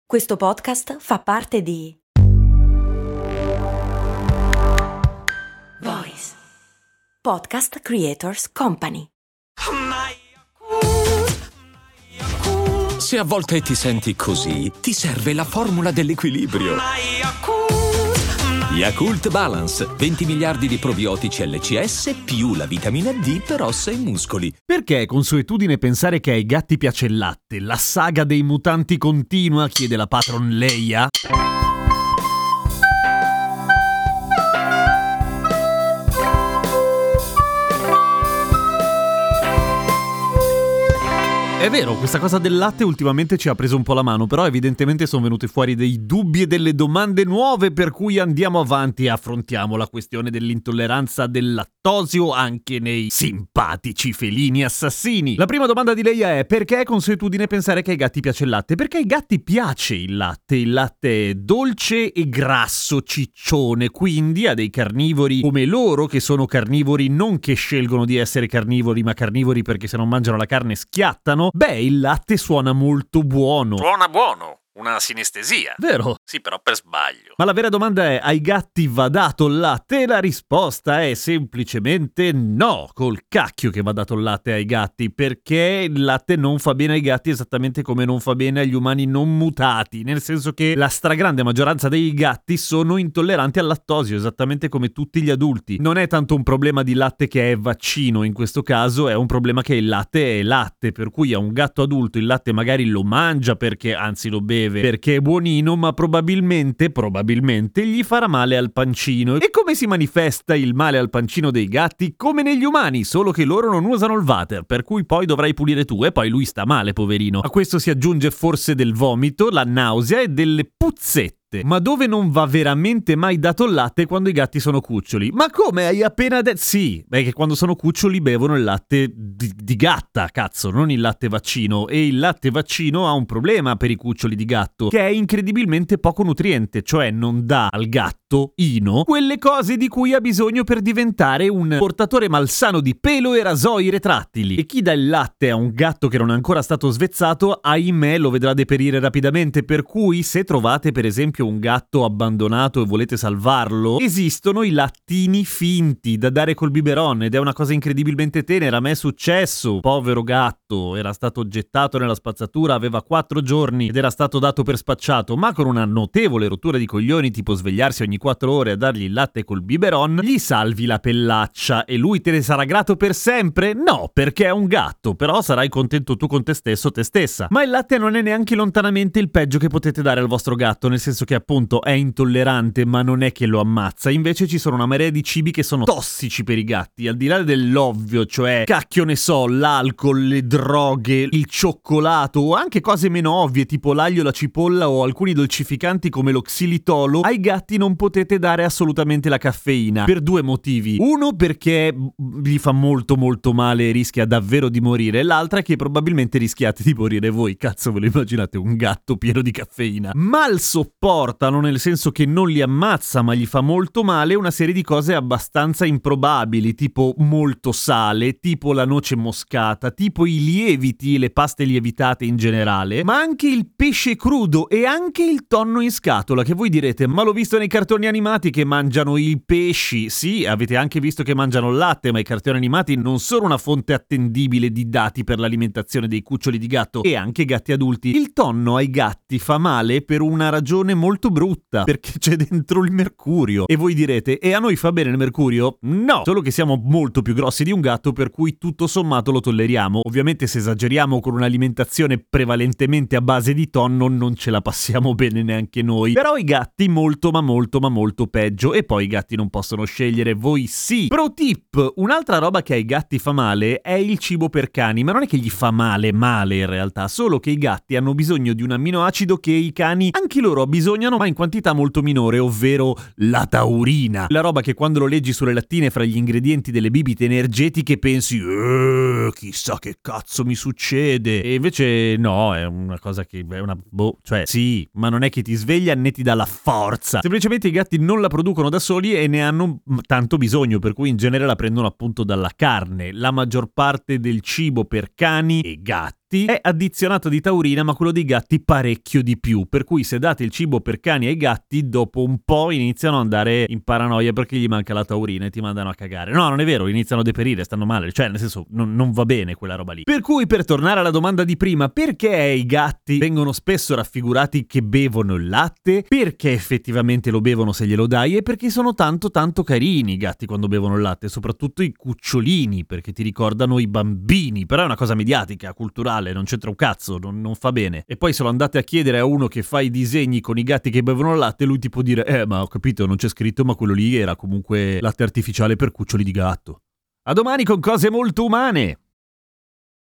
Questo podcast fa parte di Voice Podcast Creators Company. Se a volte ti senti così, ti serve la formula dell'equilibrio. Yakult Balance, 20 miliardi di probiotici LCS più la vitamina D per ossa e muscoli. Perché è consuetudine pensare che ai gatti piace il latte? La saga dei mutanti continua, chiede la patron Leia. È vero, questa cosa del latte ultimamente ci ha preso un po' la mano, però evidentemente sono venuti fuori dei dubbi e delle domande nuove, per cui andiamo avanti e affrontiamo la questione dell'intolleranza del lattosio anche nei simpatici felini assassini. La prima domanda di Leia è: perché è consuetudine pensare che ai gatti piace il latte? Perché ai gatti piace il latte è dolce e grasso, ciccione, quindi a dei carnivori come loro, che sono carnivori non che scelgono di essere carnivori, ma carnivori perché se non mangiano la carne schiattano. Beh, il latte suona molto buono. Suona buono. Una sinestesia. Vero? Sì, però per sbaglio. Ma la vera domanda è: ai gatti va dato il latte? E la risposta è semplicemente no. Col cacchio che va dato il latte ai gatti, perché il latte non fa bene ai gatti esattamente come non fa bene agli umani non mutati, nel senso che la stragrande maggioranza dei gatti sono intolleranti al lattosio, esattamente come tutti gli adulti. Non è tanto un problema di latte che è vaccino in questo caso, è un problema che il latte è latte, per cui a un gatto adulto il latte magari lo mangia perché, anzi lo beve perché è buonino, ma probabilmente gli farà male al pancino. E come si manifesta il male al pancino dei gatti? Come negli umani, solo che loro non usano il water, per cui poi dovrai pulire tu e poi lui sta male, poverino. A questo si aggiunge forse del vomito, la nausea e delle puzzette. Ma dove non va veramente mai dato il latte? Quando i gatti sono cuccioli. Ma come hai appena detto? Sì, beh, che quando sono cuccioli bevono il latte di gatta, cazzo, non il latte vaccino. E il latte vaccino ha un problema per i cuccioli di gatto, che è incredibilmente poco nutriente, cioè non dà al gatto quelle cose di cui ha bisogno per diventare un portatore malsano di pelo e rasoi retrattili. E chi dà il latte a un gatto che non è ancora stato svezzato, ahimè, lo vedrà deperire rapidamente, per cui se trovate per esempio un gatto abbandonato e volete salvarlo, esistono i lattini finti da dare col biberon, ed è una cosa incredibilmente tenera. A me è successo, povero gatto, era stato gettato nella spazzatura, aveva 4 giorni ed era stato dato per spacciato, ma con una notevole rottura di coglioni, tipo svegliarsi ogni 4 ore a dargli il latte col biberon, gli salvi la pellaccia. E lui te ne sarà grato per sempre? No, perché è un gatto, però sarai contento tu con te stesso, te stessa. Ma il latte non è neanche lontanamente il peggio che potete dare al vostro gatto, nel senso che appunto è intollerante, ma non è che lo ammazza. Invece ci sono una marea di cibi che sono tossici per i gatti, al di là dell'ovvio, cioè cacchio ne so, l'alcol, le droghe, il cioccolato, o anche cose meno ovvie tipo l'aglio, la cipolla o alcuni dolcificanti come lo xilitolo. Ai gatti non potete dare assolutamente la caffeina per 2 motivi: uno, perché gli fa molto molto male e rischia davvero di morire; l'altra è che probabilmente rischiate di morire voi. Cazzo, ve lo immaginate un gatto pieno di caffeina? Mal sopportano, nel senso che non li ammazza ma gli fa molto male, una serie di cose abbastanza improbabili, tipo molto sale, tipo la noce moscata, tipo i lieviti e le paste lievitate in generale, ma anche il pesce crudo e anche il tonno in scatola, che voi direte: ma l'ho visto nei cartoni animati che mangiano i pesci. Sì, avete anche visto che mangiano il latte, ma i cartoni animati non sono una fonte attendibile di dati per l'alimentazione dei cuccioli di gatto e anche gatti adulti. Il tonno ai gatti fa male per una ragione molto brutta, perché c'è dentro il mercurio. E voi direte: e a noi fa bene il mercurio? No, solo che siamo molto più grossi di un gatto, per cui tutto sommato lo tolleriamo. Ovviamente se esageriamo con un'alimentazione prevalentemente a base di tonno non ce la passiamo bene neanche noi. Però i gatti molto ma molto peggio. E poi i gatti non possono scegliere, voi sì. Pro tip: un'altra roba che ai gatti fa male è il cibo per cani, ma non è che gli fa male in realtà, solo che i gatti hanno bisogno di un amminoacido che i cani anche loro abbisognano, ma in quantità molto minore, ovvero la taurina. La roba che quando lo leggi sulle lattine fra gli ingredienti delle bibite energetiche pensi: chissà che cazzo mi succede. E invece no, è una cosa che è una cioè sì, ma non è che ti sveglia né ti dà la forza. Semplicemente i gatti non la producono da soli e ne hanno tanto bisogno, per cui in genere la prendono appunto dalla carne. La maggior parte del cibo per cani e gatti gatti è addizionato di taurina, ma quello dei gatti parecchio di più, per cui se date il cibo per cani ai gatti, dopo un po' iniziano ad andare in paranoia perché gli manca la taurina e ti mandano a cagare. No, non è vero, iniziano a deperire, stanno male, cioè nel senso non va bene quella roba lì. Per cui, per tornare alla domanda di prima, perché i gatti vengono spesso raffigurati che bevono il latte? Perché effettivamente lo bevono se glielo dai, e perché sono tanto carini i gatti quando bevono il latte, soprattutto i cucciolini, perché ti ricordano i bambini. Però è una cosa mediatica, culturale, non c'entra un cazzo, non fa bene. E poi se lo andate a chiedere a uno che fa i disegni con i gatti che bevono il latte, lui ti può dire ma ho capito, non c'è scritto, ma quello lì era comunque latte artificiale per cuccioli di gatto. A domani con cose molto umane!